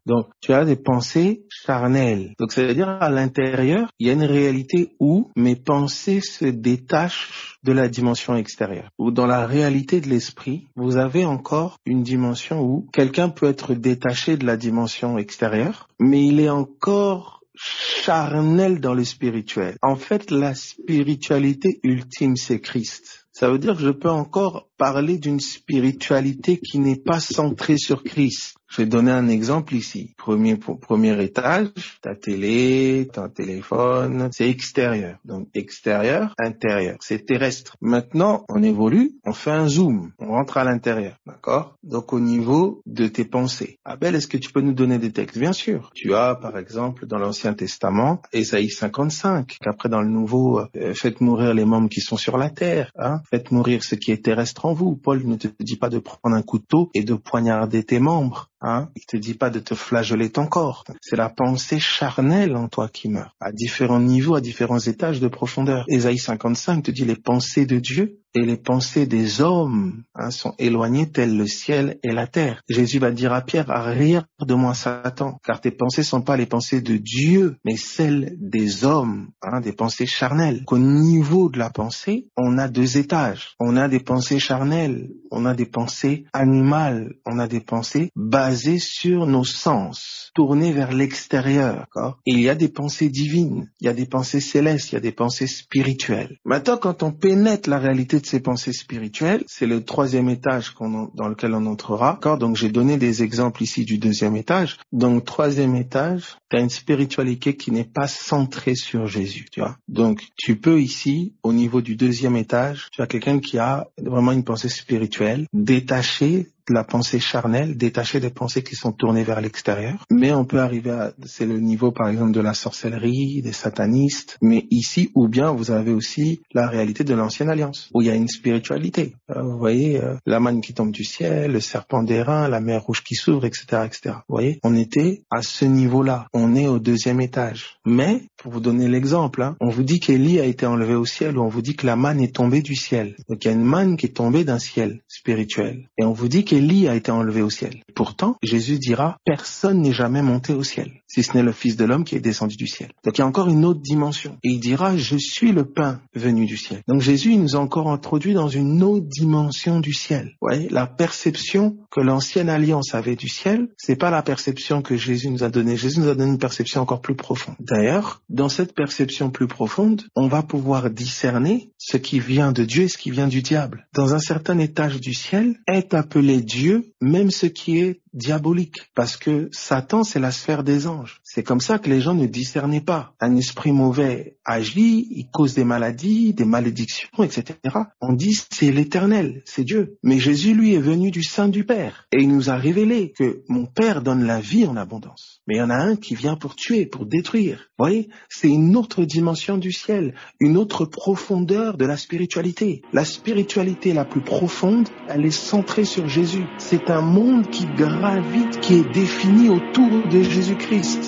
Donc, tu as des pensées charnelles. Donc, ça veut dire à l'intérieur, il y a une réalité où mes pensées se détachent de la dimension extérieure. Ou dans la réalité de l'esprit, vous avez encore une dimension où quelqu'un peut être détaché de la dimension extérieure, mais il est encore charnel dans le spirituel. En fait, la spiritualité ultime, c'est Christ. Ça veut dire que je peux encore parler d'une spiritualité qui n'est pas centrée sur Christ. Je vais donner un exemple ici. Premier étage, ta télé, ton téléphone, c'est extérieur. Donc extérieur, intérieur, c'est terrestre. Maintenant, on évolue, on fait un zoom, on rentre à l'intérieur, d'accord? Donc au niveau de tes pensées. Abel, est-ce que tu peux nous donner des textes? Bien sûr. Tu as par exemple dans l'Ancien Testament, Ésaïe 55, qu'après dans le Nouveau, faites mourir les membres qui sont sur la terre, hein? Faites mourir ce qui est terrestre en vous. Paul ne te dit pas de prendre un couteau et de poignarder tes membres. Hein? Il te dit pas de te flageller ton corps. C'est la pensée charnelle en toi qui meurt, à différents niveaux, à différents étages de profondeur. Ésaïe 55 te dit les pensées de Dieu et les pensées des hommes sont éloignées telles le ciel et la terre. Jésus va dire à Pierre, arrière de moi Satan, car tes pensées sont pas les pensées de Dieu, mais celles des hommes, des pensées charnelles. Qu'au niveau de la pensée, on a deux étages. On a des pensées charnelles, on a des pensées animales, on a des pensées basées sur nos sens, tournées vers l'extérieur. D'accord ? Et il y a des pensées divines, il y a des pensées célestes, il y a des pensées spirituelles. Maintenant, quand on pénètre la réalité de ces pensées spirituelles, c'est le troisième étage dans lequel on entrera. D'accord ? Donc j'ai donné des exemples ici du deuxième étage. Donc troisième étage, tu as une spiritualité qui n'est pas centrée sur Jésus. Tu vois ? Donc tu peux ici, au niveau du deuxième étage, tu as quelqu'un qui a vraiment une pensée spirituelle, détachée de la pensée charnelle, détachée des pensées qui sont tournées vers l'extérieur. Mais on peut arriver c'est le niveau par exemple de la sorcellerie, des satanistes. Mais ici, ou bien vous avez aussi la réalité de l'ancienne alliance, où il y a une spiritualité. Vous voyez, la manne qui tombe du ciel, le serpent d'airain, la mer rouge qui s'ouvre, etc., etc. Vous voyez, on était à ce niveau-là. On est au deuxième étage. Mais, pour vous donner l'exemple, on vous dit qu'Élie a été enlevé au ciel, ou on vous dit que la manne est tombée du ciel. Donc il y a une manne qui est tombée d'un ciel spirituel. Et on vous dit qu'Élie a été enlevé au ciel. Pourtant, Jésus dira, personne n'est jamais monté au ciel, si ce n'est le Fils de l'homme qui est descendu du ciel. Donc il y a encore une autre dimension. Et il dira, je suis le pain venu du ciel. Donc Jésus, il nous a encore introduit dans une autre dimension du ciel. Vous voyez, la perception que l'ancienne alliance avait du ciel, c'est pas la perception que Jésus nous a donnée. Jésus nous a donné une perception encore plus profonde. D'ailleurs, dans cette perception plus profonde, on va pouvoir discerner ce qui vient de Dieu et ce qui vient du diable. Dans un certain étage du ciel, est appelé Dieu, même ce qui est diabolique, parce que Satan, c'est la sphère des anges. C'est comme ça que les gens ne discernaient pas. Un esprit mauvais agit, il cause des maladies, des malédictions, etc. On dit c'est l'Éternel, c'est Dieu. Mais Jésus, lui, est venu du sein du Père. Et il nous a révélé que mon Père donne la vie en abondance. Mais il y en a un qui vient pour tuer, pour détruire. Vous voyez, c'est une autre dimension du ciel, une autre profondeur de la spiritualité. La spiritualité la plus profonde, elle est centrée sur Jésus. C'est un monde qui gravite, qui est défini autour de Jésus-Christ.